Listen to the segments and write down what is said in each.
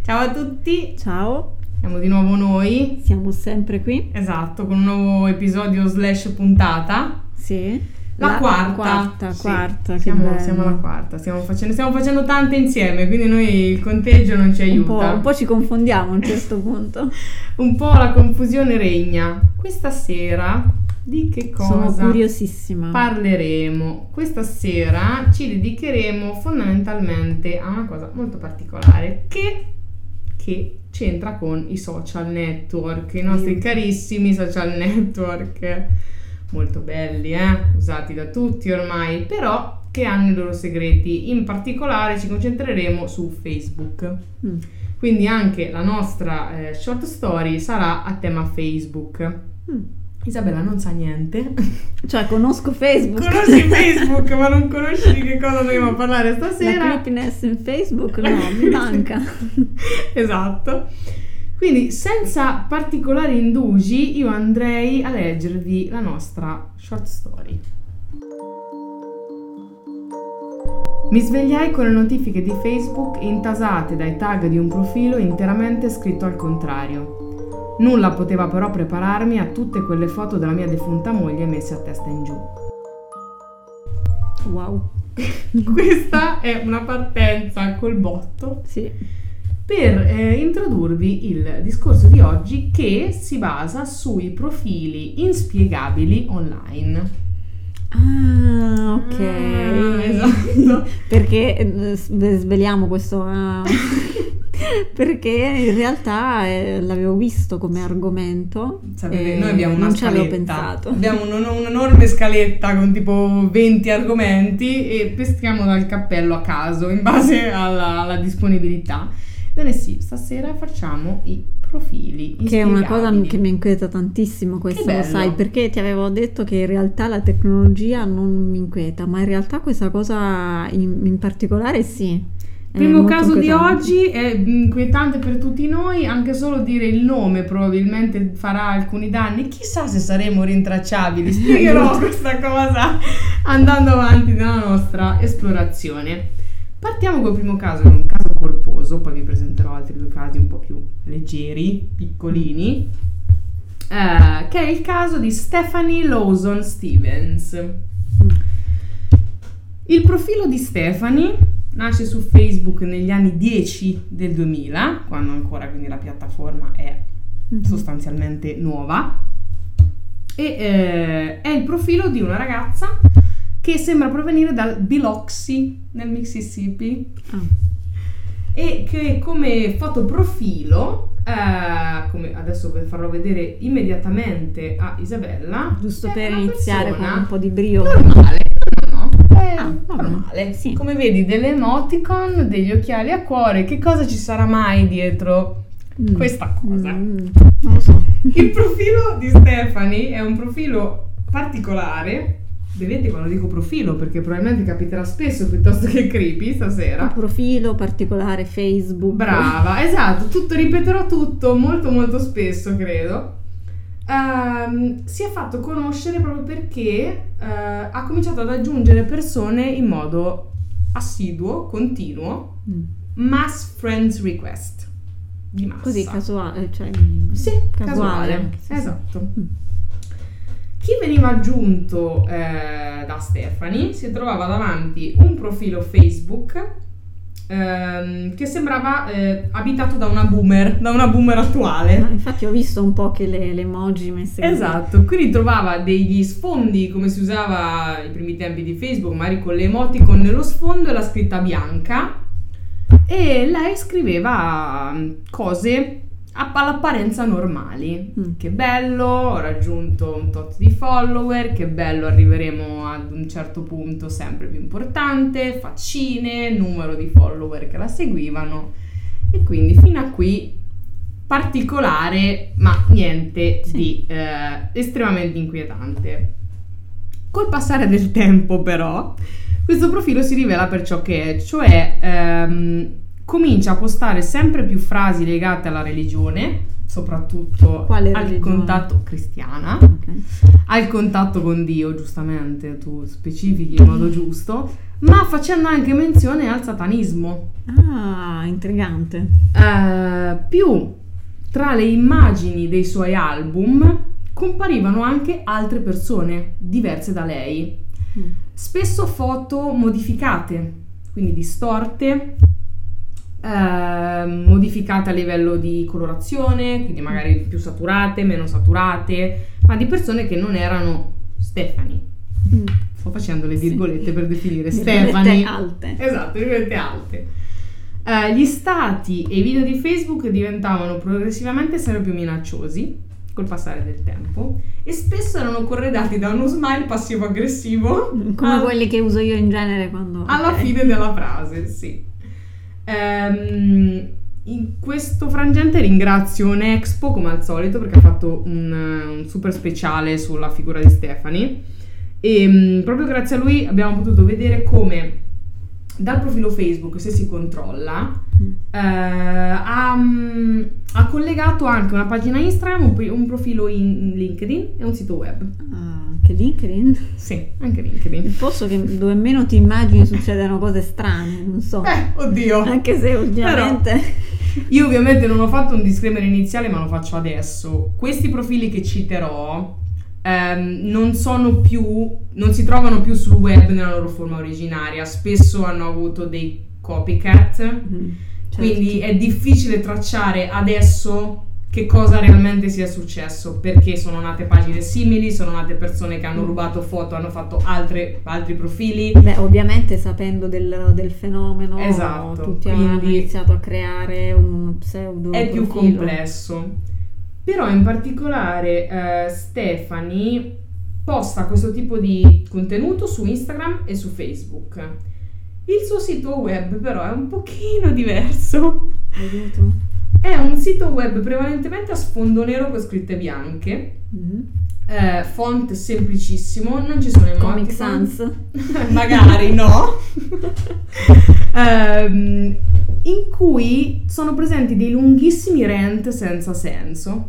Ciao a tutti, Ciao, siamo di nuovo noi. siamo sempre qui. Esatto, con un nuovo episodio / puntata. Sì. La quarta, Sì, che siamo bello. alla quarta, stiamo facendo tante insieme, quindi noi il conteggio non ci aiuta. Un po' ci confondiamo a un certo punto. Un po' la confusione regna. Questa sera di che cosa Sono curiosissima. parleremo? Questa sera ci dedicheremo fondamentalmente a una cosa molto particolare che c'entra con i social network, i nostri carissimi social network, molto belli, usati da tutti ormai, però che hanno i loro segreti. In particolare ci concentreremo su Facebook. Quindi anche la nostra short story sarà a tema Facebook. Isabella non sa niente. Cioè, conosco Facebook. Conosci Facebook, ma non conosci di che cosa dobbiamo parlare La stasera. creepiness in Facebook? No, mi manca. Esatto. Quindi, senza particolari indugi, io andrei a leggervi la nostra short story. Mi svegliai con le notifiche di Facebook intasate dai tag di un profilo interamente scritto al contrario. Nulla poteva però prepararmi a tutte quelle foto della mia defunta moglie messe a testa in giù. Wow. Questa è una partenza col botto Sì. per introdurvi il discorso di oggi, che si basa sui profili inspiegabili online. Ah, ok. Esatto. Perché sveliamo questo... perché in realtà l'avevo visto come argomento. Sapete, noi abbiamo una non ci avevo scaletta, pensato. abbiamo un'enorme scaletta con tipo 20 argomenti e peschiamo dal cappello a caso in base alla disponibilità. Bene, sì, stasera facciamo i profili Che è una cosa inspiegabili. che mi inquieta tantissimo, questo lo bello. sai, perché ti avevo detto che in realtà la tecnologia non mi inquieta, ma in realtà questa cosa in particolare sì. Il primo molto caso di inquietante. oggi è inquietante per tutti noi, anche solo dire il nome probabilmente farà alcuni danni. Chissà se saremo rintracciabili. Spiegherò questa cosa andando avanti nella nostra esplorazione. Partiamo col primo caso, che è un caso corposo, poi vi presenterò altri due casi un po' più leggeri, piccolini, che è il caso di Stephanie Lawson Stevens. Il profilo di Stephanie nasce su Facebook negli anni 10 del 2000, quando ancora quindi la piattaforma è sostanzialmente nuova, e è il profilo di una ragazza che sembra provenire dal Biloxi nel Mississippi e che come fotoprofilo, come adesso farò vedere immediatamente a Isabella, Giusto è per una iniziare con persona un po' di brio. normale. vabbè. Normale, Sì. come vedi delle emoticon, degli occhiali a cuore, che cosa ci sarà mai dietro questa cosa? Non lo so. Il profilo di Stephanie è un profilo particolare, vedete quando dico profilo perché probabilmente capiterà spesso piuttosto che creepy stasera. Un profilo particolare Facebook. Brava, esatto, ripeterò tutto molto molto spesso, credo. Si è fatto conoscere proprio perché ha cominciato ad aggiungere persone in modo assiduo, continuo, mass friends request di massa. Così casuale, cioè Sì, casuale. Sì, Esatto. Chi veniva aggiunto da Stephanie si trovava davanti un profilo Facebook che sembrava abitato da una boomer attuale. Infatti ho visto un po' che le emoji messe così. Esatto, quindi trovava degli sfondi come si usava ai primi tempi di Facebook, magari con le emoticon nello sfondo e la scritta bianca, e lei scriveva cose all'apparenza normali. Che bello, ho raggiunto un tot di follower, che bello, arriveremo ad un certo punto sempre più importante, faccine, numero di follower che la seguivano, e quindi fino a qui particolare, ma niente di estremamente inquietante. Col passare del tempo però questo profilo si rivela per ciò che è, cioè comincia a postare sempre più frasi legate alla religione, soprattutto Quale al religione? contatto cristiana, Ok. al contatto con Dio, giustamente, tu specifichi in modo giusto, ma facendo anche menzione al satanismo. Ah, intrigante. Più tra le immagini dei suoi album comparivano anche altre persone diverse da lei, spesso foto modificate, quindi distorte, modificate a livello di colorazione, quindi magari più saturate, meno saturate, ma di persone che non erano Stephanie. Sto facendo le virgolette per definire Virgolette Stephanie. alte. Esatto, virgolette alte. Gli stati e i video di Facebook diventavano progressivamente sempre più minacciosi col passare del tempo e spesso erano corredati da uno smile passivo-aggressivo Come quelli che uso io in genere quando... alla ok. fine della frase, sì. In questo frangente ringrazio Nexpo come al solito perché ha fatto un super speciale sulla figura di Stephanie e proprio grazie a lui abbiamo potuto vedere come dal profilo Facebook, se si controlla, ha collegato anche una pagina Instagram, un profilo in LinkedIn e un sito web. Ah, anche LinkedIn? Sì, anche LinkedIn. Il posto dove meno ti immagini succedono cose strane, non so. Oddio. Anche se ultimamente... Io ovviamente non ho fatto un disclaimer iniziale, ma lo faccio adesso. Questi profili che citerò non si trovano più sul web nella loro forma originaria. Spesso hanno avuto dei copycat, certo. quindi è difficile tracciare adesso che cosa realmente sia successo, perché sono nate pagine simili, sono nate persone che hanno rubato foto, hanno fatto altri profili. Beh, ovviamente sapendo del fenomeno, Esatto, tutti hanno quindi iniziato a creare un pseudo è più profilo. complesso. Però in particolare Stephanie posta questo tipo di contenuto su Instagram e su Facebook. Il suo sito web però è un pochino diverso. Aiuto. È un sito web prevalentemente a sfondo nero con scritte bianche, font semplicissimo, non ci sono emoticon. Comic Sans. Magari no. In cui sono presenti dei lunghissimi rant senza senso,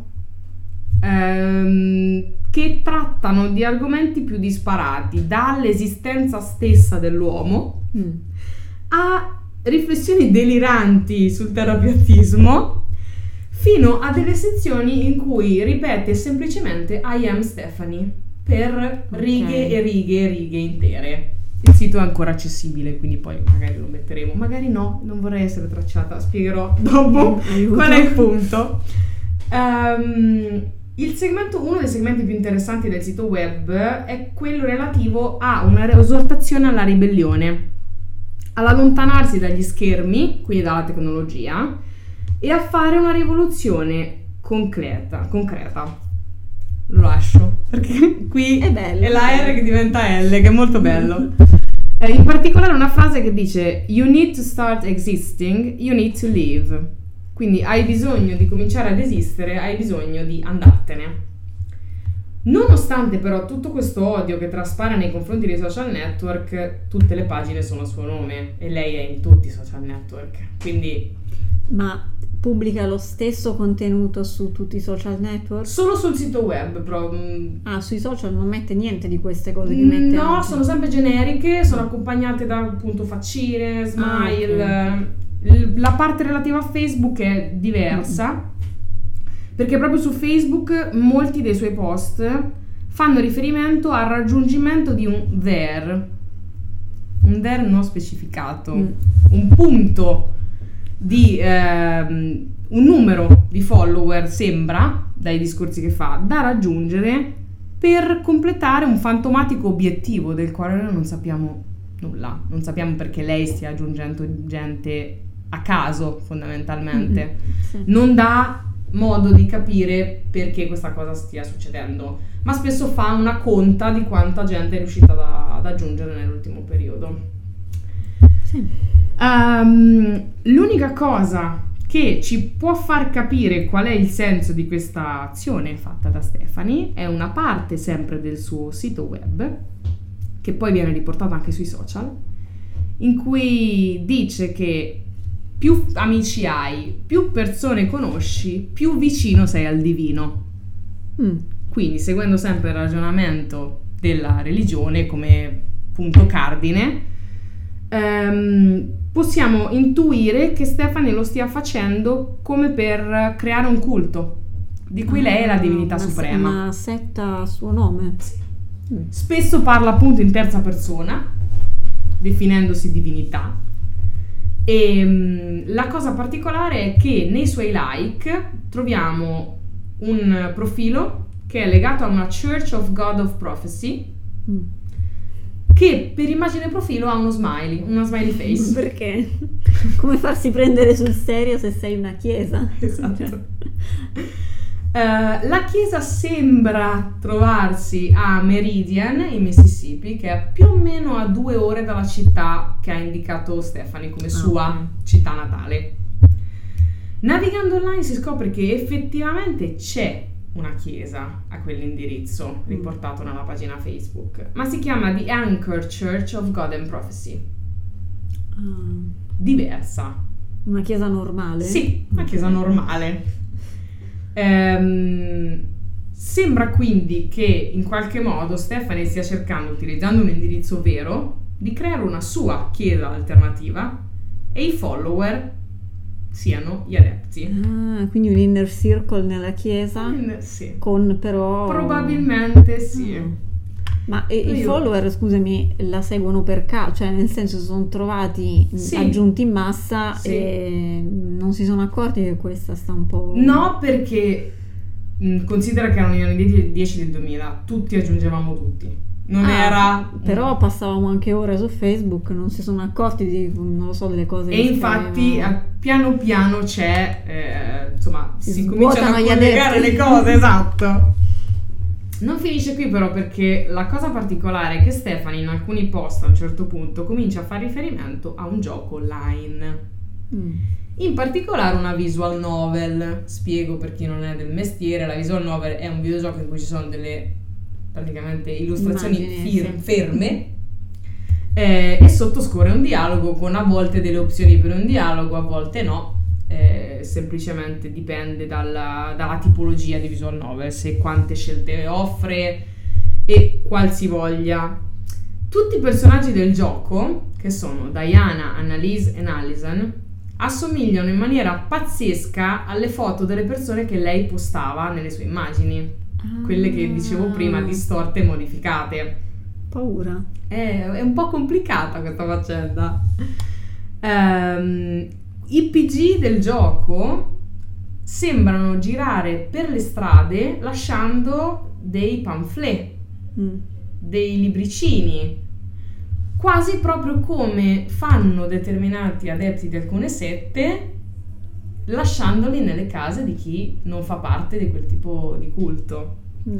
che trattano di argomenti più disparati, dall'esistenza stessa dell'uomo a riflessioni deliranti sul terrapiattismo, fino a delle sezioni in cui ripete semplicemente I am Stephanie per righe e righe e righe intere. Il sito è ancora accessibile, quindi poi magari lo metteremo, magari no, non vorrei essere tracciata, spiegherò dopo qual è il punto. Uno dei segmenti più interessanti del sito web è quello relativo a una esortazione alla ribellione, all'allontanarsi dagli schermi, quindi dalla tecnologia, e a fare una rivoluzione concreta. Lo lascio, perché qui È bello, è la R che diventa L, che è molto bello. In particolare una frase che dice You need to start existing, you need to live. Quindi hai bisogno di cominciare ad esistere, hai bisogno di andartene. Nonostante però tutto questo odio che traspare nei confronti dei social network, tutte le pagine sono a suo nome e lei è in tutti i social network. Quindi Ma pubblica lo stesso contenuto su tutti i social network? solo sul sito web, però Sui social non mette niente di queste cose che mette no, anche. sono sempre generiche, sono accompagnate da appunto faccine, smile. Ok. La parte relativa a Facebook è diversa, perché proprio su Facebook molti dei suoi post fanno riferimento al raggiungimento di un there non specificato, un punto di un numero di follower, sembra dai discorsi che fa, da raggiungere per completare un fantomatico obiettivo del quale noi non sappiamo nulla, non sappiamo perché lei stia aggiungendo gente a caso, fondamentalmente. Sì. Non dà modo di capire perché questa cosa stia succedendo, ma spesso fa una conta di quanta gente è riuscita ad aggiungere nell'ultimo periodo. Sì. L'unica cosa che ci può far capire qual è il senso di questa azione fatta da Stephanie è una parte sempre del suo sito web, che poi viene riportata anche sui social, in cui dice che più amici hai, più persone conosci, più vicino sei al divino. Quindi, seguendo sempre il ragionamento della religione come punto cardine, possiamo intuire che Stephanie lo stia facendo come per creare un culto di cui lei è la divinità suprema. Una setta a suo nome. Sì. Spesso parla appunto in terza persona, definendosi divinità. E la cosa particolare è che nei suoi like troviamo un profilo che è legato a una Church of God of Prophecy, che per immagine profilo ha uno smiley, una smiley face. Perché? Come farsi prendere sul serio se sei una chiesa? Esatto. La chiesa sembra trovarsi a Meridian, in Mississippi, che è più o meno a 2 ore dalla città che ha indicato Stephanie come sua città natale. Navigando online si scopre che effettivamente c'è una chiesa a quell'indirizzo riportato nella pagina Facebook, ma si chiama The Anchor Church of God and Prophecy. Diversa. Una chiesa normale? Sì, una chiesa normale. Sembra quindi che in qualche modo Stephanie stia cercando, utilizzando un indirizzo vero, di creare una sua chiesa alternativa e i follower siano gli adepti. Quindi un inner circle nella chiesa? Sì. Con però... Probabilmente sì. Ma i follower, scusami, la seguono per caso? Cioè nel senso sono trovati aggiunti in massa e non si sono accorti che questa sta un po'... No, perché considera che erano gli anni 10 del 2000, tutti aggiungevamo tutti. Non era... Però passavamo anche ore su Facebook, non si sono accorti di, non lo so, delle cose e infatti piano piano c'è, insomma, si cominciano a collegare le cose, esatto. Non finisce qui però, perché la cosa particolare è che Stephanie in alcuni post a un certo punto comincia a fare riferimento a un gioco online. In particolare una visual novel. Spiego per chi non è del mestiere: la visual novel è un videogioco in cui ci sono delle praticamente illustrazioni ferme e sotto scorre un dialogo con a volte delle opzioni per un dialogo, a volte no. Semplicemente dipende dalla tipologia di visual novel, se quante scelte offre e qualsivoglia. Tutti i personaggi del gioco, che sono Diana, Annalise e Allison, assomigliano in maniera pazzesca alle foto delle persone che lei postava nelle sue immagini, quelle che dicevo prima, distorte e modificate. Paura. È un po' complicata questa faccenda. I PG del gioco sembrano girare per le strade lasciando dei pamphlet, dei libricini, quasi proprio come fanno determinati adepti di alcune sette, lasciandoli nelle case di chi non fa parte di quel tipo di culto.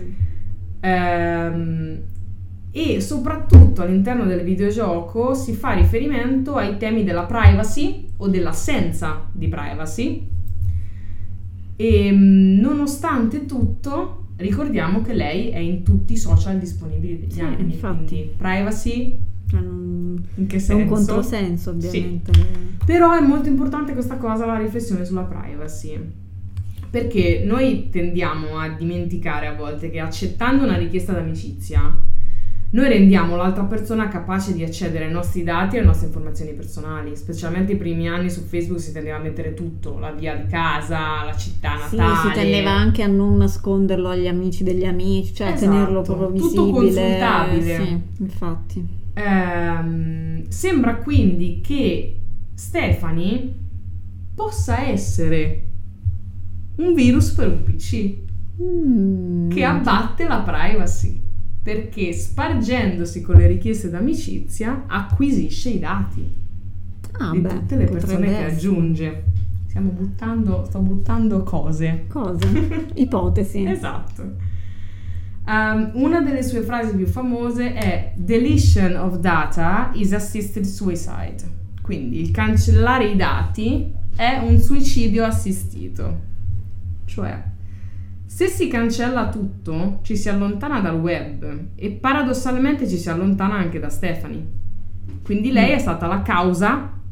E soprattutto all'interno del videogioco si fa riferimento ai temi della privacy o dell'assenza di privacy, e nonostante tutto ricordiamo che lei è in tutti i social disponibili degli anni, infatti. quindi privacy in che senso? È un controsenso, ovviamente. Sì. Però è molto importante questa cosa, la riflessione sulla privacy, perché noi tendiamo a dimenticare a volte che accettando una richiesta d'amicizia noi rendiamo l'altra persona capace di accedere ai nostri dati e alle nostre informazioni personali. Specialmente i primi anni su Facebook si tendeva a mettere tutto, la via di casa, la città natale. Sì, si tendeva anche a non nasconderlo agli amici degli amici, cioè esatto, tenerlo proprio visibile. Tutto consultabile. Sì, infatti. Sembra quindi che Stephanie possa essere un virus per un PC che abbatte la privacy, perché spargendosi con le richieste d'amicizia acquisisce i dati di tutte le persone che aggiunge. Sto buttando cose. Ipotesi. Esatto. Una delle sue frasi più famose è "Deletion of data is assisted suicide", quindi il cancellare i dati è un suicidio assistito. Cioè, se si cancella tutto, ci si allontana dal web e paradossalmente ci si allontana anche da Stephanie. Quindi lei è stata la causa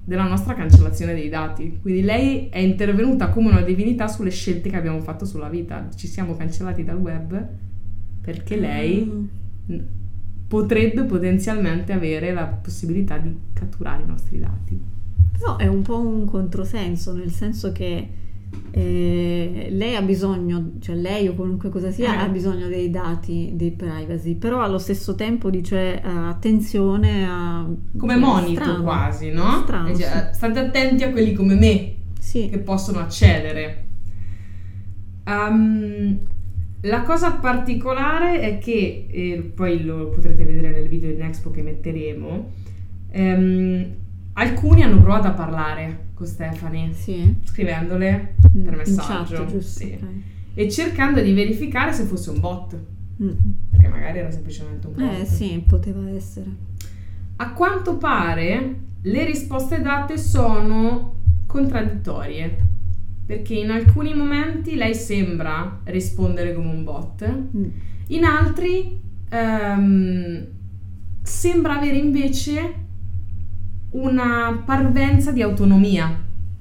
della nostra cancellazione dei dati. Quindi lei è intervenuta come una divinità sulle scelte che abbiamo fatto sulla vita. Ci siamo cancellati dal web perché lei potrebbe potenzialmente avere la possibilità di catturare i nostri dati. Però è un po' un controsenso, nel senso che lei ha bisogno, cioè lei o qualunque cosa sia, ha bisogno dei dati, dei privacy, però allo stesso tempo dice attenzione a... Come monito strano, quasi, no? Strano, cioè, sì. State attenti a quelli come me, sì, che possono accedere. La cosa particolare è che, poi lo potrete vedere nel video in Expo che metteremo, alcuni hanno provato a parlare con Stephanie, sì, scrivendole per messaggio, in chat, giusto, sì, okay. E cercando di verificare se fosse un bot, perché magari era semplicemente un bot. Sì, poteva essere. A quanto pare le risposte date sono contraddittorie, perché in alcuni momenti lei sembra rispondere come un bot, in altri sembra avere invece una parvenza di autonomia.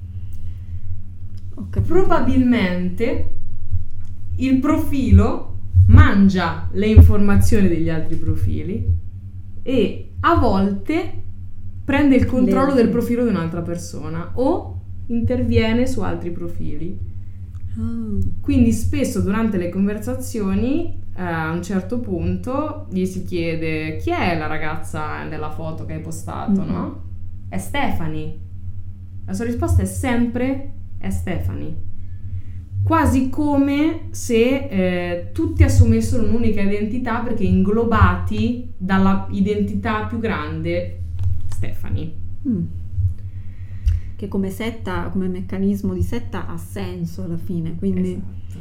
Probabilmente il profilo mangia le informazioni degli altri profili e a volte prende il controllo del profilo di un'altra persona o interviene su altri profili. Quindi spesso durante le conversazioni a un certo punto gli si chiede: chi è la ragazza nella foto che hai postato, no? È Stephanie. La sua risposta è sempre: è Stephanie. Quasi come se tutti assumessero un'unica identità, perché inglobati dalla identità più grande, Stephanie. Che come setta, come meccanismo di setta ha senso alla fine, quindi...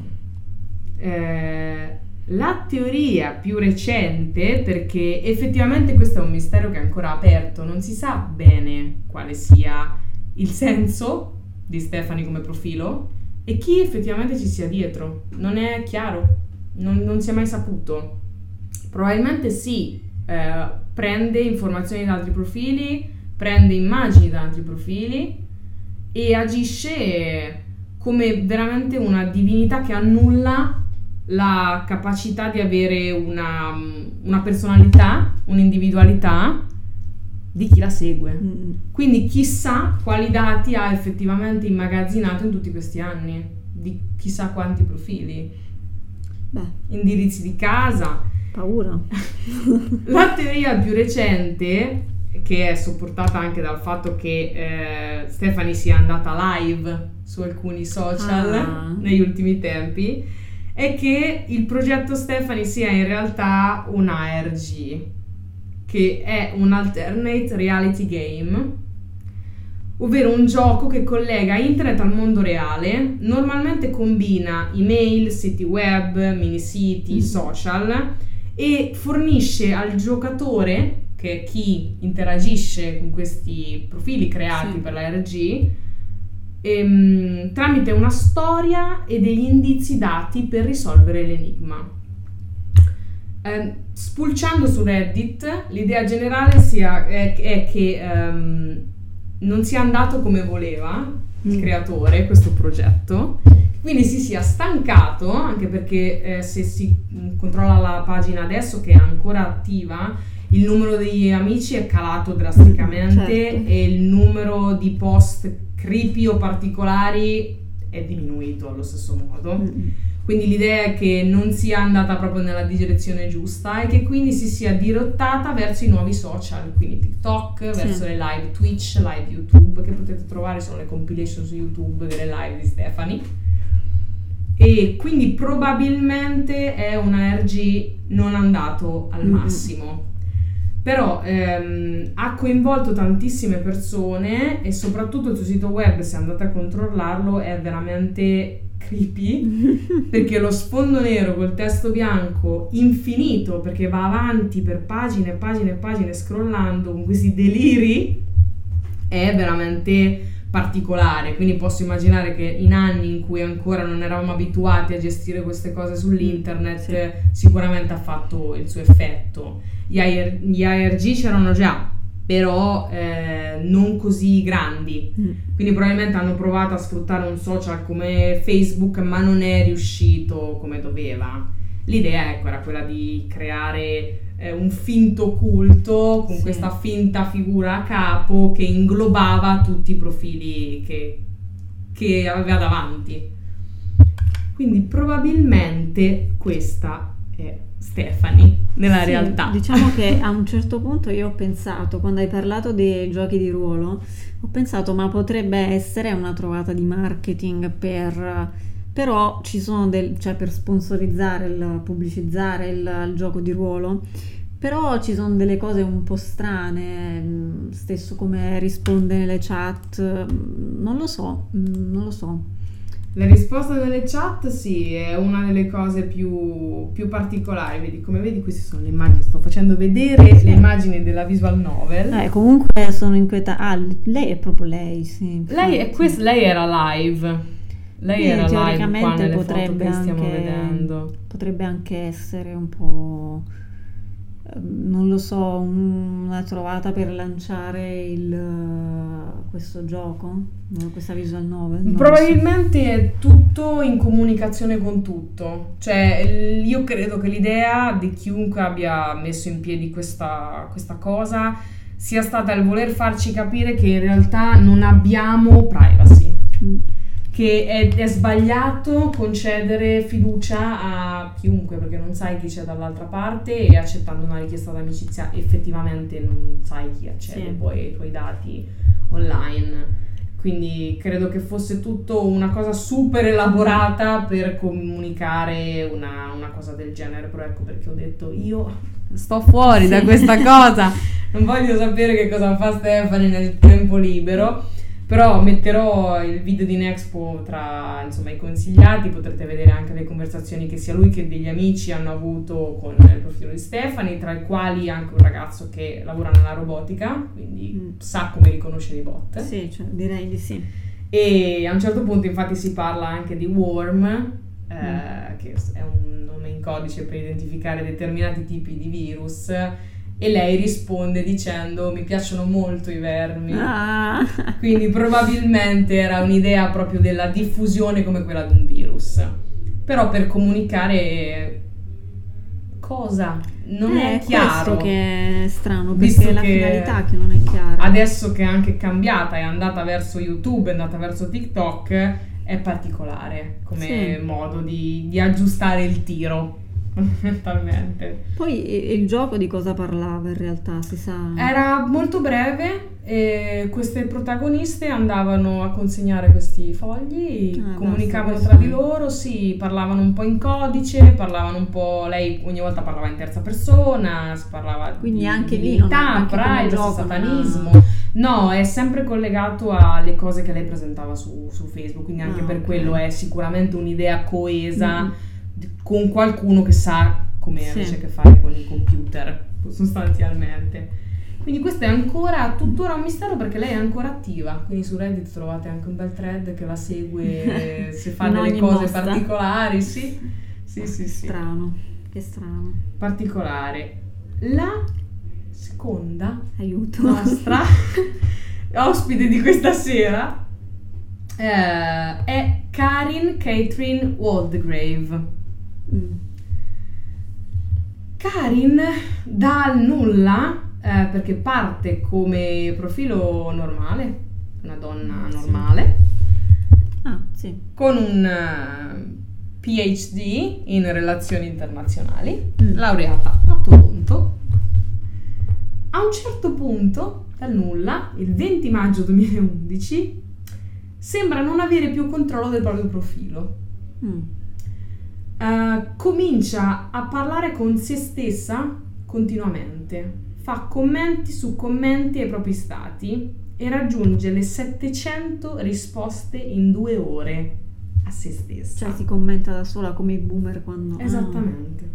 Esatto. La teoria più recente, perché effettivamente questo è un mistero che è ancora aperto, non si sa bene quale sia il senso di Stephanie come profilo e chi effettivamente ci sia dietro, non è chiaro, non si è mai saputo. Probabilmente sì, prende informazioni da altri profili, prende immagini da altri profili e agisce come veramente una divinità che annulla la capacità di avere una personalità, un'individualità di chi la segue. Quindi chissà quali dati ha effettivamente immagazzinato in tutti questi anni, di chissà quanti profili. Indirizzi di casa. Paura. La teoria più recente, che è supportata anche dal fatto che Stephanie sia andata live su alcuni social negli ultimi tempi, è che il progetto Stephanie sia in realtà un ARG, che è un alternate reality game, ovvero un gioco che collega internet al mondo reale, normalmente combina email, siti web, mini siti, social, e fornisce al giocatore, che è chi interagisce con questi profili creati per l'ARG, tramite una storia e degli indizi dati per risolvere l'enigma. Spulciando su Reddit, l'idea generale è che non sia andato come voleva il creatore questo progetto, quindi si sia stancato, anche perché se si controlla la pagina adesso, che è ancora attiva, il numero degli amici è calato drasticamente e il numero di post creepy o particolari è diminuito allo stesso modo. Quindi l'idea è che non sia andata proprio nella direzione giusta e che quindi si sia dirottata verso i nuovi social, quindi TikTok, verso le live Twitch, live YouTube, che potete trovare, sono le compilation su YouTube delle live di Stephanie. E quindi probabilmente è un ARG non andato al massimo. Però ha coinvolto tantissime persone e soprattutto il suo sito web, se andate a controllarlo, è veramente creepy perché lo sfondo nero col testo bianco infinito, perché va avanti per pagine e pagine e pagine scrollando con questi deliri, è veramente particolare. Quindi posso immaginare che in anni in cui ancora non eravamo abituati a gestire queste cose sull'internet, sicuramente ha fatto il suo effetto. Gli ARG c'erano già, però non così grandi. Quindi probabilmente hanno provato a sfruttare un social come Facebook, ma non è riuscito come doveva. L'idea, ecco, era quella di creare un finto culto con questa finta figura a capo che inglobava tutti i profili che aveva davanti. Quindi probabilmente questa è Stephanie nella realtà. Diciamo che a un certo punto io ho pensato, quando hai parlato dei giochi di ruolo, ho pensato ma potrebbe essere una trovata di marketing però ci sono cioè per sponsorizzare, pubblicizzare il gioco di ruolo, però ci sono delle cose un po' strane, stesso come risponde nelle chat, non lo so. La risposta nelle chat sì, è una delle cose più particolari. Come vedi, queste sono le immagini, sto facendo vedere le immagini della visual novel. Comunque sono inquietata. Lei è proprio lei, sì. Lei era live. Lei era live qua nelle foto che stiamo vedendo. Potrebbe anche essere un po', non lo so, una trovata per lanciare questo gioco, questa visual novel. Probabilmente è tutto in comunicazione con tutto. Cioè, io credo che l'idea di chiunque abbia messo in piedi questa cosa sia stata il voler farci capire che in realtà non abbiamo privacy. Che è sbagliato concedere fiducia a chiunque, perché non sai chi c'è dall'altra parte e accettando una richiesta d'amicizia effettivamente non sai chi accede poi ai tuoi dati online. Quindi credo che fosse tutto una cosa super elaborata per comunicare una cosa del genere, però ecco perché ho detto io sto fuori da questa cosa, non voglio sapere che cosa fa Stephanie nel tempo libero. Però metterò il video di Nexpo tra i consigliati, potrete vedere anche le conversazioni che sia lui che degli amici hanno avuto con il profilo di Stephanie, tra i quali anche un ragazzo che lavora nella robotica, quindi sa come riconoscere i bot. Sì, cioè, direi di sì. E a un certo punto infatti si parla anche di worm, che è un nome in codice per identificare determinati tipi di virus. E lei risponde dicendo mi piacciono molto i vermi. Quindi probabilmente era un'idea proprio della diffusione come quella di un virus, però per comunicare cosa non è chiaro. Questo che è strano, perché è la finalità che non è chiara. Adesso che è anche cambiata, è andata verso YouTube, è andata verso TikTok, è particolare come modo di aggiustare il tiro. Fondamentalmente. Poi il gioco di cosa parlava in realtà, si sa? Era molto breve e queste protagoniste andavano a consegnare questi fogli, comunicavano tra di loro, parlavano un po' in codice, parlavano un po', lei ogni volta parlava in terza persona, si parlava quindi di anche divinità, privacy, satanismo. No, è sempre collegato alle cose che lei presentava su Facebook, quindi anche per quello è sicuramente un'idea coesa con qualcuno che sa come invece che fare con i computer, sostanzialmente. Quindi questo è ancora tuttora un mistero, perché lei è ancora attiva, quindi su Reddit trovate anche un bel thread che la segue se fa delle cose particolari. Sì. Strano, che strano. Particolare. La seconda nostra ospite di questa sera è Karin Catherine Waldegrave. Karin dal nulla, perché parte come profilo normale, una donna normale, con un PhD in relazioni internazionali, laureata a Toronto. A un certo punto, dal nulla, il 20 maggio 2011, sembra non avere più controllo del proprio profilo. Comincia a parlare con se stessa continuamente, fa commenti su commenti ai propri stati e raggiunge le 700 risposte in 2 ore a se stessa. Cioè si commenta da sola come i boomer quando... Esattamente.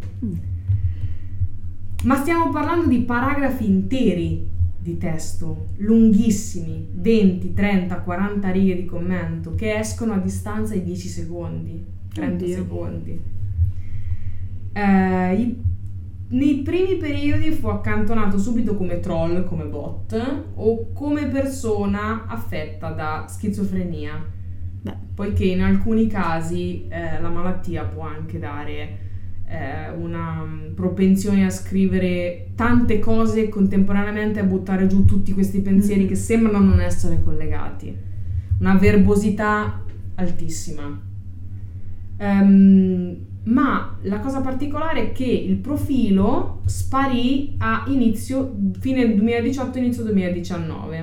Ma stiamo parlando di paragrafi interi di testo, lunghissimi, 20, 30, 40 righe di commento che escono a distanza di 10 secondi, 30 secondi. nei primi periodi fu accantonato subito come troll, come bot o come persona affetta da schizofrenia. Beh. Poiché in alcuni casi la malattia può anche dare una propensione a scrivere tante cose contemporaneamente, a buttare giù tutti questi pensieri che sembrano non essere collegati. Una verbosità altissima. Ma la cosa particolare è che il profilo sparì a fine 2018, inizio 2019.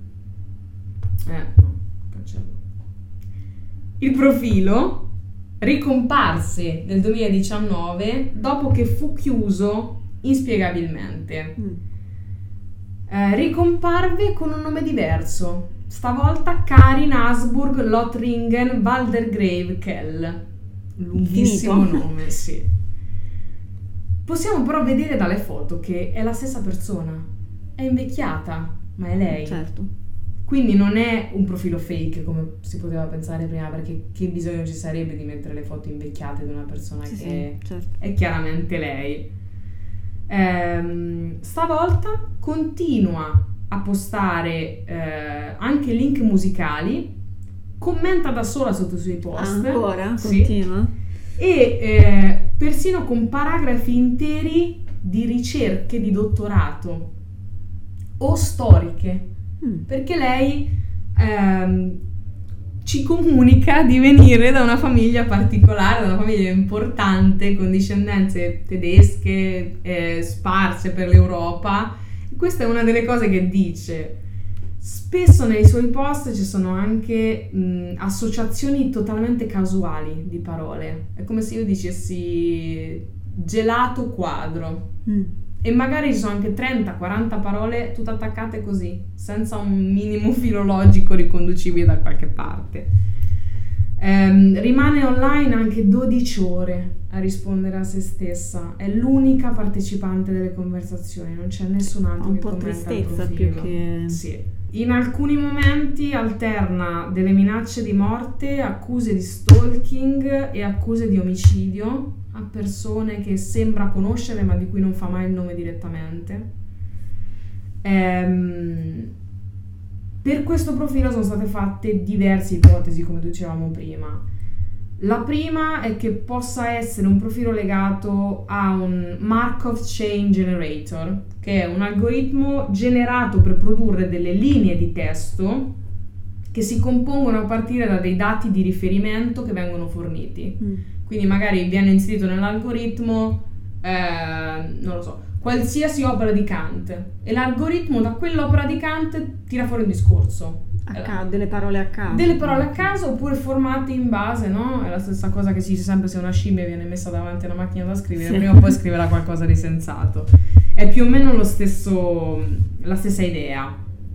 No, cancello. Il profilo ricomparse nel 2019 dopo che fu chiuso inspiegabilmente. Ricomparve con un nome diverso, stavolta Karin Asburg Lothringen Waldegrave Kell. Lunghissimo nome, sì. Possiamo però vedere dalle foto che è la stessa persona, è invecchiata, ma è lei. Certo. Quindi non è un profilo fake come si poteva pensare prima, perché che bisogno ci sarebbe di mettere le foto invecchiate di una persona certo. È chiaramente lei. Stavolta continua a postare anche link musicali, commenta da sola sotto i suoi post. Ancora? Sì. Continua? E persino con paragrafi interi di ricerche di dottorato o storiche. Perché lei ci comunica di venire da una famiglia particolare, da una famiglia importante, con discendenze tedesche sparse per l'Europa. Questa è una delle cose che dice. Spesso nei suoi post ci sono anche associazioni totalmente casuali di parole. È come se io dicessi gelato quadro. E magari ci sono anche 30-40 parole tutte attaccate così, senza un minimo filologico riconducibile da qualche parte. Rimane online anche 12 ore a rispondere a se stessa. È l'unica partecipante delle conversazioni, non c'è nessun altro che commenta il profilo. Un po' tristezza più che... Sì. In alcuni momenti alterna delle minacce di morte, accuse di stalking e accuse di omicidio a persone che sembra conoscere ma di cui non fa mai il nome direttamente. Per questo profilo sono state fatte diverse ipotesi, come dicevamo prima. La prima è che possa essere un profilo legato a un Markov Chain Generator, che è un algoritmo generato per produrre delle linee di testo che si compongono a partire da dei dati di riferimento che vengono forniti. Quindi magari viene inserito nell'algoritmo, non lo so, qualsiasi opera di Kant, e l'algoritmo da quell'opera di Kant tira fuori un discorso. Delle parole a caso. Delle parole a caso, oppure formate in base, no? È la stessa cosa che si dice sempre se una scimmia viene messa davanti a una macchina da scrivere, prima o poi scriverà qualcosa di sensato. È più o meno la stessa idea.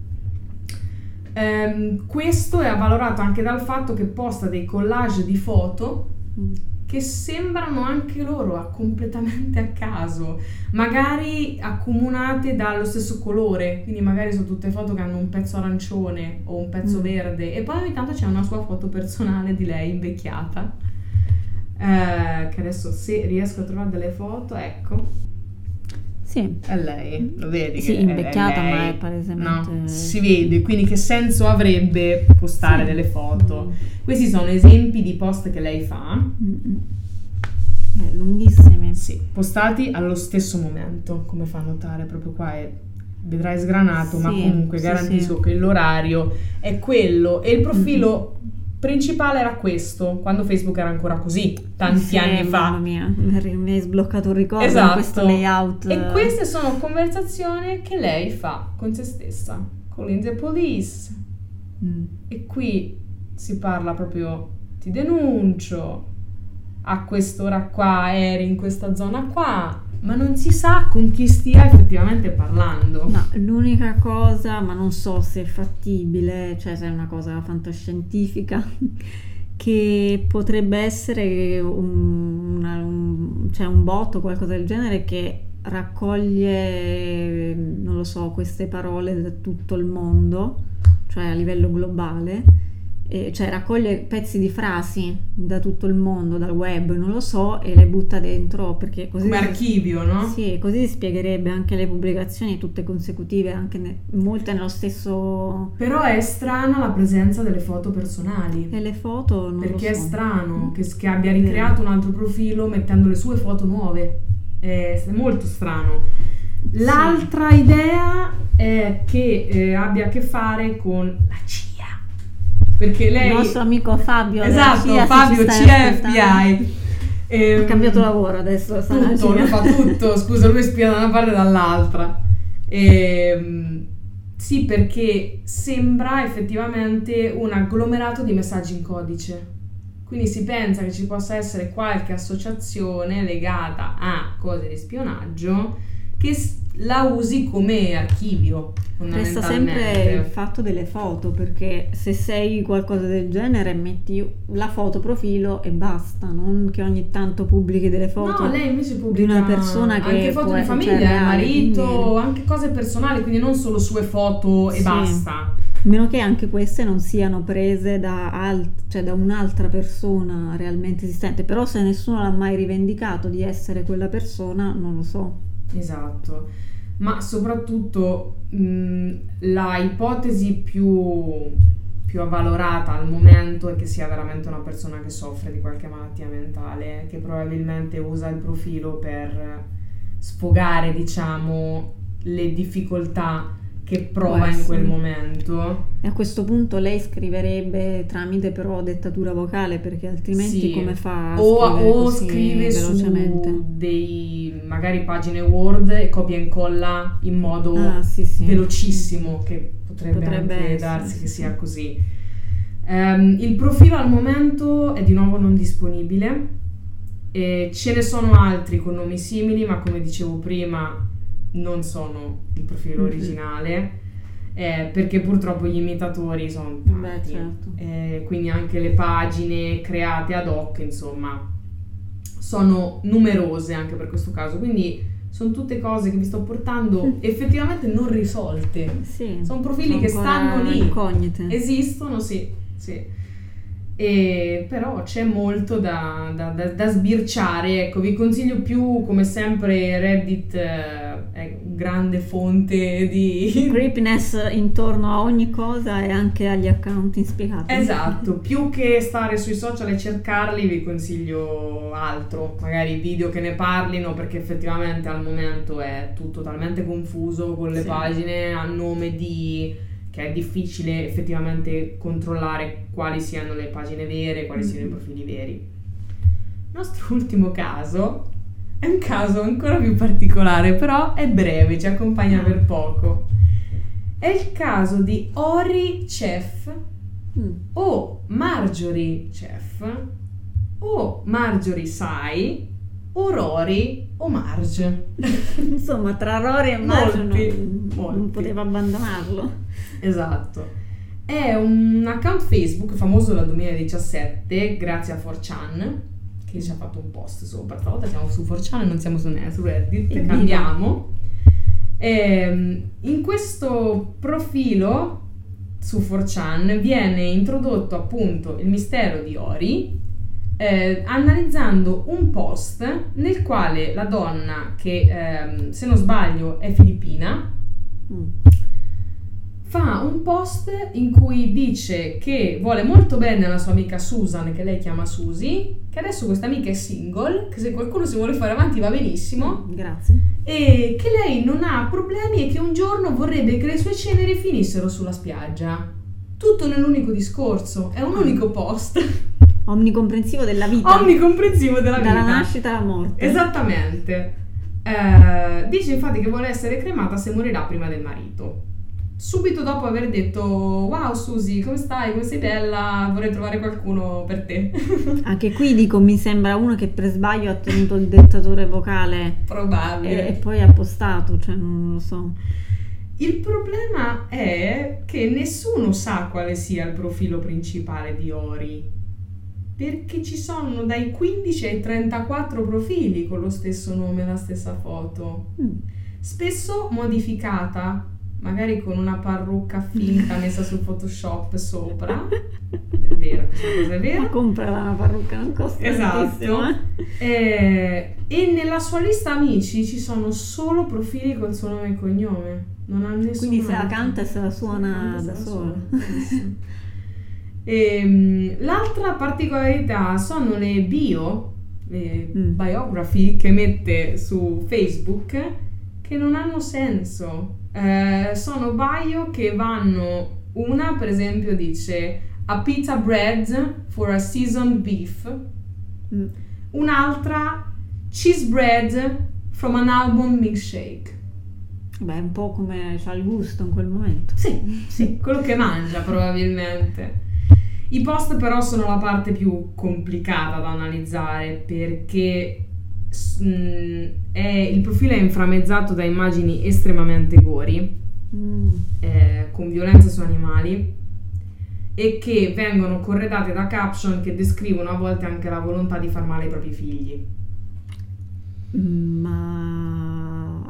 Questo è avvalorato anche dal fatto che posta dei collage di foto che sembrano anche loro completamente a caso, magari accomunate dallo stesso colore, quindi magari sono tutte foto che hanno un pezzo arancione o un pezzo verde, e poi ogni tanto c'è una sua foto personale di lei invecchiata, che adesso se riesco a trovare delle foto, ecco. Sì. È lei, lo vedi? Sì, che invecchiata, è lei. ma è palesemente... No, si vede, quindi che senso avrebbe postare delle foto? Questi sono esempi di post che lei fa. Lunghissimi. Sì, postati allo stesso momento, come fa notare proprio qua, vedrai sgranato, ma comunque garantisco che l'orario è quello, e il profilo principale era questo, quando Facebook era ancora così, tanti anni fa. Mamma mia, mi hai sbloccato un ricordo, esatto, questo layout. E queste sono conversazioni che lei fa con se stessa, calling the police. E qui si parla proprio, ti denuncio, a quest'ora qua eri in questa zona qua, ma non si sa con chi stia effettivamente parlando. No, l'unica cosa, ma non so se è fattibile, cioè se è una cosa fantascientifica, che potrebbe essere un bot o qualcosa del genere che raccoglie, non lo so, queste parole da tutto il mondo, cioè a livello globale, cioè raccoglie pezzi di frasi da tutto il mondo, dal web, non lo so, e le butta dentro, perché così come archivio, no? sì, così si spiegherebbe anche le pubblicazioni tutte consecutive, anche molte nello stesso. Però è strana la presenza delle foto personali. E le foto non Perché lo so. è strano che abbia ricreato un altro profilo mettendo le sue foto nuove. È molto strano. L'altra idea è che abbia a che fare con la CIA. Perché lei... Il nostro amico Fabio Esatto, della CIA, Fabio se ci stai CFBI. ha cambiato lavoro adesso. Tutto, lui fa tutto. Scusa, lui spia da una parte e dall'altra. Sì, perché sembra effettivamente un agglomerato di messaggi in codice. Quindi si pensa che ci possa essere qualche associazione legata a cose di spionaggio che la usi come archivio, Resta fondamentalmente. sempre il fatto delle foto, perché se sei qualcosa del genere metti la foto profilo e basta, non che ogni tanto pubblichi delle foto No, lei invece pubblica di una persona che anche foto può di essere famiglia, reale, marito, quindi- anche cose personali, quindi non solo sue foto e Sì. basta. A meno che anche queste non siano prese cioè da un'altra persona realmente esistente, però se nessuno l'ha mai rivendicato di essere quella persona, non lo so. Esatto, ma soprattutto la ipotesi più avvalorata al momento è che sia veramente una persona che soffre di qualche malattia mentale, che probabilmente usa il profilo per sfogare, diciamo, le difficoltà che prova in quel momento. E a questo punto lei scriverebbe tramite però dettatura vocale, perché altrimenti Sì. come fa a O così scrive velocemente? su dei magari pagine Word e copia e incolla in modo Sì. velocissimo, che potrebbe anche essere, darsi che sì. sia così. Il profilo al momento è di nuovo non disponibile e ce ne sono altri con nomi simili, ma come dicevo prima non sono il profilo Mhm. originale, perché purtroppo gli imitatori sono tanti. Certo. Quindi anche le pagine create ad hoc, insomma, sono numerose anche per questo caso, quindi sono tutte cose che vi sto portando effettivamente non risolte. Sì, Sono profili che ancora stanno lì, incognite. esistono, sì. Però c'è molto da sbirciare. Ecco, vi consiglio più, come sempre, Reddit è grande fonte di Creepiness intorno a ogni cosa e anche agli account inspiegati. esatto, più che stare sui social e cercarli, vi consiglio altro, magari video che ne parlino, perché effettivamente al momento è tutto talmente confuso con le Sì. pagine a nome di... che è difficile effettivamente controllare quali siano le pagine vere, quali siano i profili veri. Il nostro ultimo caso è un caso ancora più particolare, però è breve, ci accompagna per poco. È il caso di Ori Chef o Marjorie Chef o Marjorie Sai o Rory o Marge. Insomma, tra Rory e Marge non molti. poteva abbandonarlo. Esatto. È un account Facebook famoso dal 2017 grazie a 4chan, che ci ha fatto un post sopra. Stavolta siamo su 4chan e non siamo su Reddit, Evviva. cambiamo. In questo profilo su 4chan viene introdotto appunto il mistero di Ori, analizzando un post nel quale la donna, che se non sbaglio è filippina, fa un post in cui dice che vuole molto bene alla sua amica Susan, che lei chiama Susie, che adesso questa amica è single, che se qualcuno si vuole fare avanti va benissimo, Grazie. e che lei non ha problemi e che un giorno vorrebbe che le sue ceneri finissero sulla spiaggia. Tutto nell'unico discorso, è un unico post. Omnicomprensivo della vita. Omnicomprensivo della vita. Dalla nascita alla morte. Esattamente. Dice infatti che vuole essere cremata se morirà prima del marito. Subito dopo aver detto: wow Susie, come stai? Come sei bella? Vorrei trovare qualcuno per te. Anche qui dico, mi sembra uno che per sbaglio ha tenuto il dettatore vocale Probabile. e poi ha postato, cioè non lo so. Il problema è che nessuno sa quale sia il profilo principale di Ori, perché ci sono dai 15 ai 34 profili con lo stesso nome e la stessa foto, spesso modificata, magari con una parrucca finta messa su Photoshop sopra. È vero, questa cosa è vera. Ma comprala una parrucca, non costa Esatto. E nella sua lista amici ci sono solo profili col suo nome e cognome. Non ha nessun Quindi se la altro. canta e se la suona da sola. L'altra particolarità sono le biography che mette su Facebook, che non hanno senso. Sono bio che vanno, una per esempio dice a pita bread for a seasoned beef, un'altra cheese bread from an almond milkshake. Beh, un po' come c'ha il gusto in quel momento. Sì, quello che mangia probabilmente. I post però sono la parte più complicata da analizzare, perché il profilo è inframmezzato da immagini estremamente gory, con violenza su animali, e che vengono corredate da caption che descrivono a volte anche la volontà di far male ai propri figli. Ma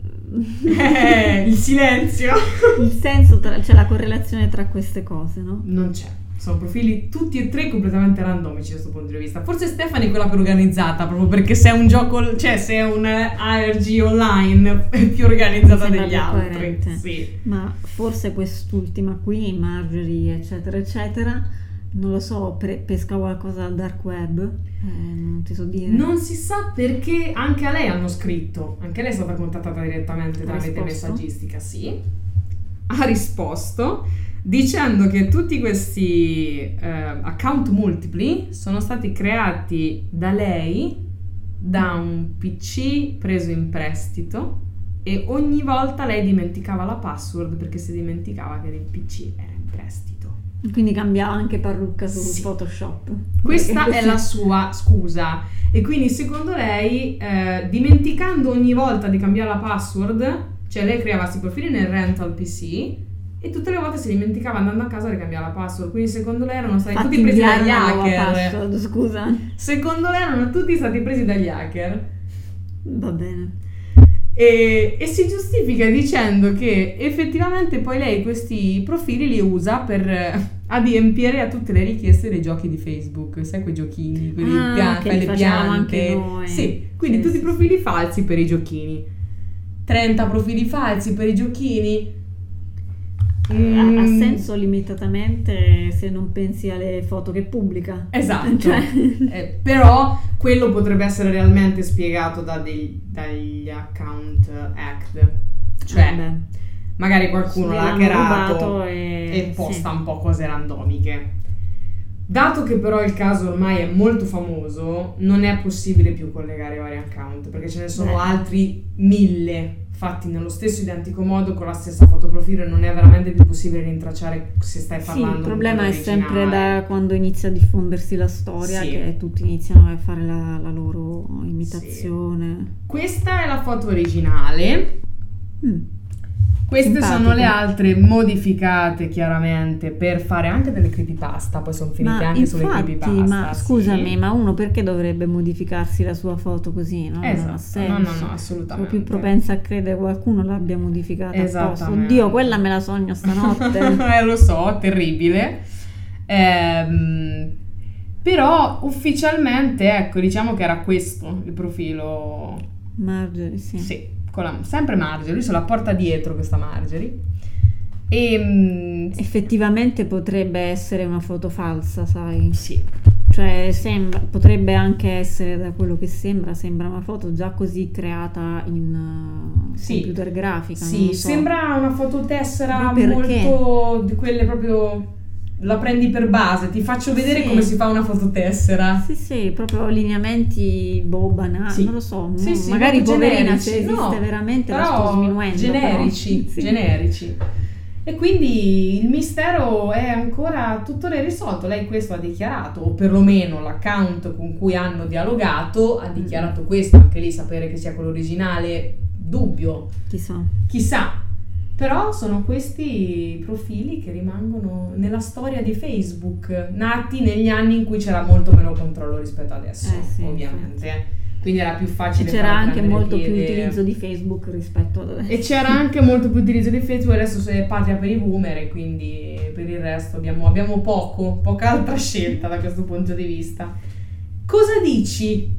Il silenzio. il senso c'è la correlazione tra queste cose, no? Non c'è. Sono profili tutti e tre completamente randomici da questo punto di vista. Forse Stefani è quella più organizzata, proprio perché se è un gioco, cioè se è un ARG online è più organizzata Mi sembra degli più altri. coerente. Sì. Ma forse quest'ultima qui, Marjorie, eccetera, eccetera, non lo so, pesca qualcosa dal dark web? Non ti so dire. Non si sa perché anche a lei hanno scritto. Anche lei è stata contattata direttamente Ha tramite risposto? messaggistica, sì. Ha risposto dicendo che tutti questi account multipli sono stati creati da lei, da un PC preso in prestito, e ogni volta lei dimenticava la password perché si dimenticava che il PC era in prestito. Quindi cambiava anche parrucca su Sì. Photoshop. Questa Perché è la sua scusa, e quindi secondo lei, dimenticando ogni volta di cambiare la password, cioè lei creava questi profili nel rental PC e tutte le volte si dimenticava andando a casa a ricambiare la password, quindi secondo lei erano stati Fatti tutti presi inviare dagli una nuova hacker. password, scusa. Secondo lei erano tutti stati presi dagli hacker. Va bene. E si giustifica dicendo che effettivamente poi lei questi profili li usa per adempiere a tutte le richieste dei giochi di Facebook, sai, quei giochini, quelli che fai li le facevamo anche piante. noi. Sì, quindi Sì, tutti sì, i profili falsi per i giochini. 30 profili falsi per i giochini. Ha senso limitatamente se non pensi alle foto che pubblica. Esatto. Cioè, però quello potrebbe essere realmente spiegato dagli account hacked. Cioè, beh, magari qualcuno l'ha l'hanno hackerato rubato e posta sì. un po' cose randomiche. Dato che però il caso ormai è molto famoso, non è possibile più collegare i vari account, perché ce ne sono altri 1000 fatti nello stesso identico modo con la stessa fotoprofilo, e non è veramente più possibile rintracciare se stai parlando. Sì, il problema è sempre originale. da quando inizia a diffondersi la storia, Sì. che tutti iniziano a fare la loro imitazione. Questa è la foto originale. Queste Simpatica. sono le altre modificate chiaramente per fare anche delle creepypasta, poi sono finite Ma anche sulle infatti, creepypasta. ma sì. scusami, ma uno perché dovrebbe modificarsi la sua foto così? No? Non ha Esatto, senso. no, assolutamente. Sono più propensa a credere che qualcuno l'abbia modificata apposta. Esattamente. Oddio, quella me la sogno stanotte. Lo so, terribile. Però ufficialmente, ecco, diciamo che era questo il profilo. Marjorie, sì. Sì, sempre Marjorie, lui se la porta dietro questa Marjorie. E Effettivamente potrebbe essere una foto falsa, sai? sì, Cioè potrebbe anche essere, da quello che sembra una foto già così creata in Sì. computer grafica. non sì, lo so. sembra una fototessera Ma perché? molto di quelle proprio, la prendi per base, ti faccio vedere Sì. come si fa una fototessera. Sì, proprio lineamenti banali, Sì. non lo so, Sì, sì, magari molto poverina generici. se esiste No, veramente la però sto sminuendo. generici, però. Sì. generici. E quindi il mistero è ancora tutto irrisolto. Lei questo ha dichiarato, o perlomeno l'account con cui hanno dialogato ha dichiarato questo. Anche lì sapere che sia quello originale, dubbio, chissà. Però sono questi profili che rimangono nella storia di Facebook, nati negli anni in cui c'era molto meno controllo rispetto adesso, Sì, ovviamente. quindi era più facile. E c'era anche molto più piede. utilizzo di Facebook rispetto ad adesso. E c'era anche molto più utilizzo di Facebook, adesso è patria per i boomer e quindi per il resto abbiamo poca altra scelta da questo punto di vista. Cosa dici?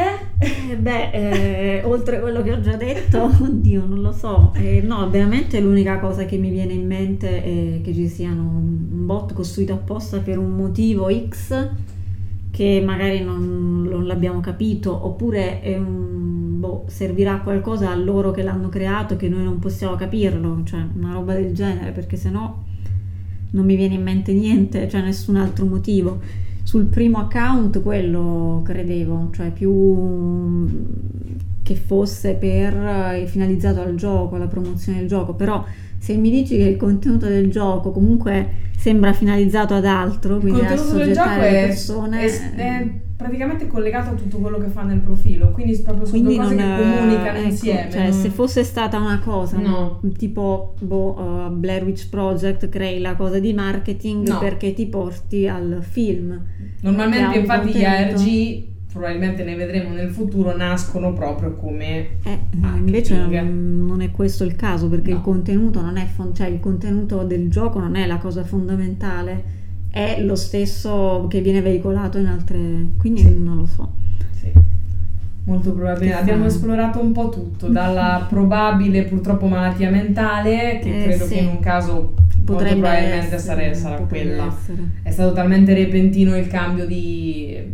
Oltre a quello che ho già detto, oddio, non lo so. No, veramente l'unica cosa che mi viene in mente è che ci siano un bot costruito apposta per un motivo X che magari non l'abbiamo capito, oppure servirà a qualcosa a loro che l'hanno creato che noi non possiamo capirlo, cioè una roba del genere, perché sennò non mi viene in mente niente, cioè nessun altro motivo. Sul primo account quello credevo, cioè più che fosse finalizzato al gioco, alla promozione del gioco, però se mi dici che il contenuto del gioco comunque sembra finalizzato ad altro, quindi a soggettare le persone, è praticamente collegato a tutto quello che fa nel profilo, quindi proprio sono due cose che comunicano insieme. Cioè, se fosse stata una cosa, no, tipo Blair Witch Project, crei la cosa di marketing perché ti porti al film. Normalmente infatti gli ARG, probabilmente ne vedremo nel futuro, nascono proprio come invece non è questo il caso, perché il contenuto non è cioè il contenuto del gioco non è la cosa fondamentale, è lo stesso che viene veicolato in altre, quindi non lo so. Sì, molto probabile. Abbiamo esplorato un po' tutto, dalla probabile purtroppo malattia mentale, che credo che in un caso molto probabilmente sarà quella. È stato talmente repentino il cambio di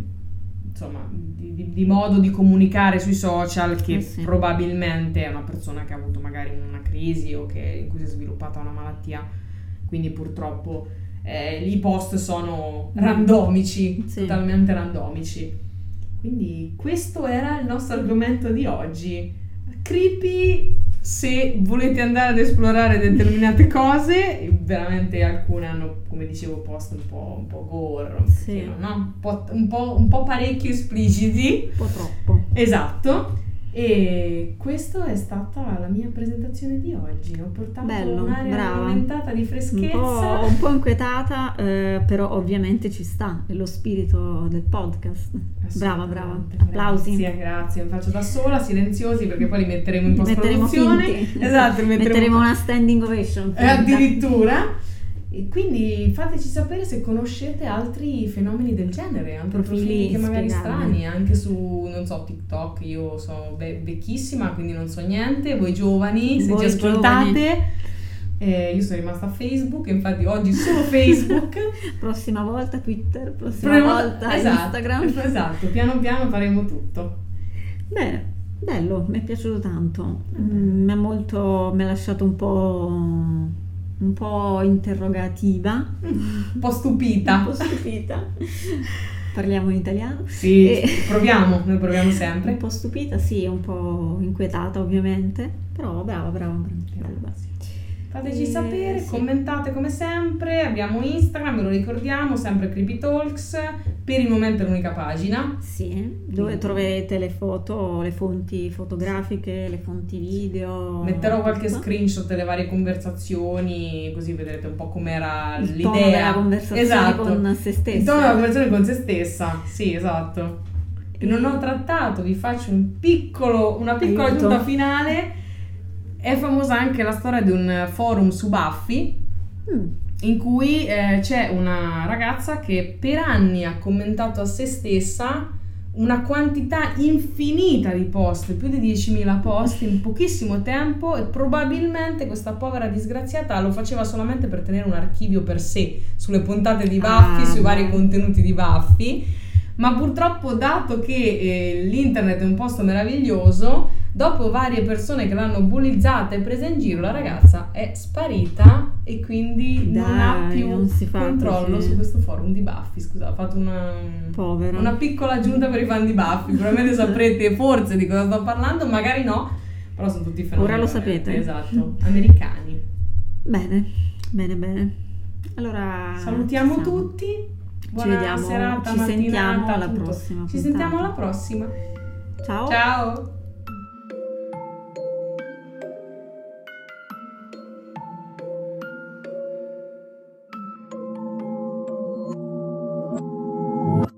modo di comunicare sui social che probabilmente è una persona che ha avuto magari una crisi o in cui si è sviluppata una malattia, quindi purtroppo i post sono randomici, totalmente randomici. Quindi questo era il nostro argomento di oggi. Creepy, se volete andare ad esplorare determinate cose, veramente alcune hanno, come dicevo, post un po' gore, no? un po' parecchio espliciti. Un po' troppo. Esatto. E questa è stata la mia presentazione di oggi. Ho portato un'aria aumentata di freschezza. Un po' inquietata, però ovviamente ci sta, è lo spirito del podcast. Brava. Applausi. Grazie. Mi faccio da sola, silenziosi, perché poi li metteremo in post-produzione. Esatto, metteremo una standing ovation. Addirittura. E quindi fateci sapere se conoscete altri fenomeni del genere, anche profili che magari strani, anche su, non so, TikTok. Io sono vecchissima, quindi non so niente. Voi giovani, se ci ascoltate, io sono rimasta a Facebook, infatti oggi solo Facebook. Prossima volta Twitter, prossima volta Instagram. Esatto, piano piano faremo tutto. Bene, bello, mi è piaciuto tanto. Mi ha lasciato un po' interrogativa, un po' stupita. Parliamo in italiano? Sì, noi proviamo sempre. Un po' stupita, sì, un po' inquietata ovviamente, però brava. Bello. Fateci sapere, commentate come sempre, abbiamo Instagram, ve lo ricordiamo, sempre Creepy Talks, per il momento è l'unica pagina. Sì, dove troverete le foto, le fonti fotografiche, le fonti video. Metterò qualche screenshot delle varie conversazioni, così vedrete un po' com'era l'idea. Il tono della conversazione con se stessa. Il tono della conversazione con se stessa, sì, esatto. Non ho trattato, vi faccio una piccola aggiunta finale. È famosa anche la storia di un forum su Buffy in cui c'è una ragazza che per anni ha commentato a se stessa una quantità infinita di post, più di 10.000 post in pochissimo tempo, e probabilmente questa povera disgraziata lo faceva solamente per tenere un archivio per sé sulle puntate di Buffy, sui vari contenuti di Buffy. Ma purtroppo, dato che l'internet è un posto meraviglioso, dopo varie persone che l'hanno bullizzata e presa in giro, la ragazza è sparita e quindi non ha più controllo su questo forum di Buffy. Scusa, ho fatto una piccola aggiunta per i fan di Buffy. Probabilmente saprete forse di cosa sto parlando, magari no, però sono tutti fenomeni. Ora lo sapete. Esatto, americani. Bene. Allora salutiamo tutti. Buona serata, ci sentiamo mattinata, alla prossima. Ci sentiamo alla prossima. Ciao. Ciao.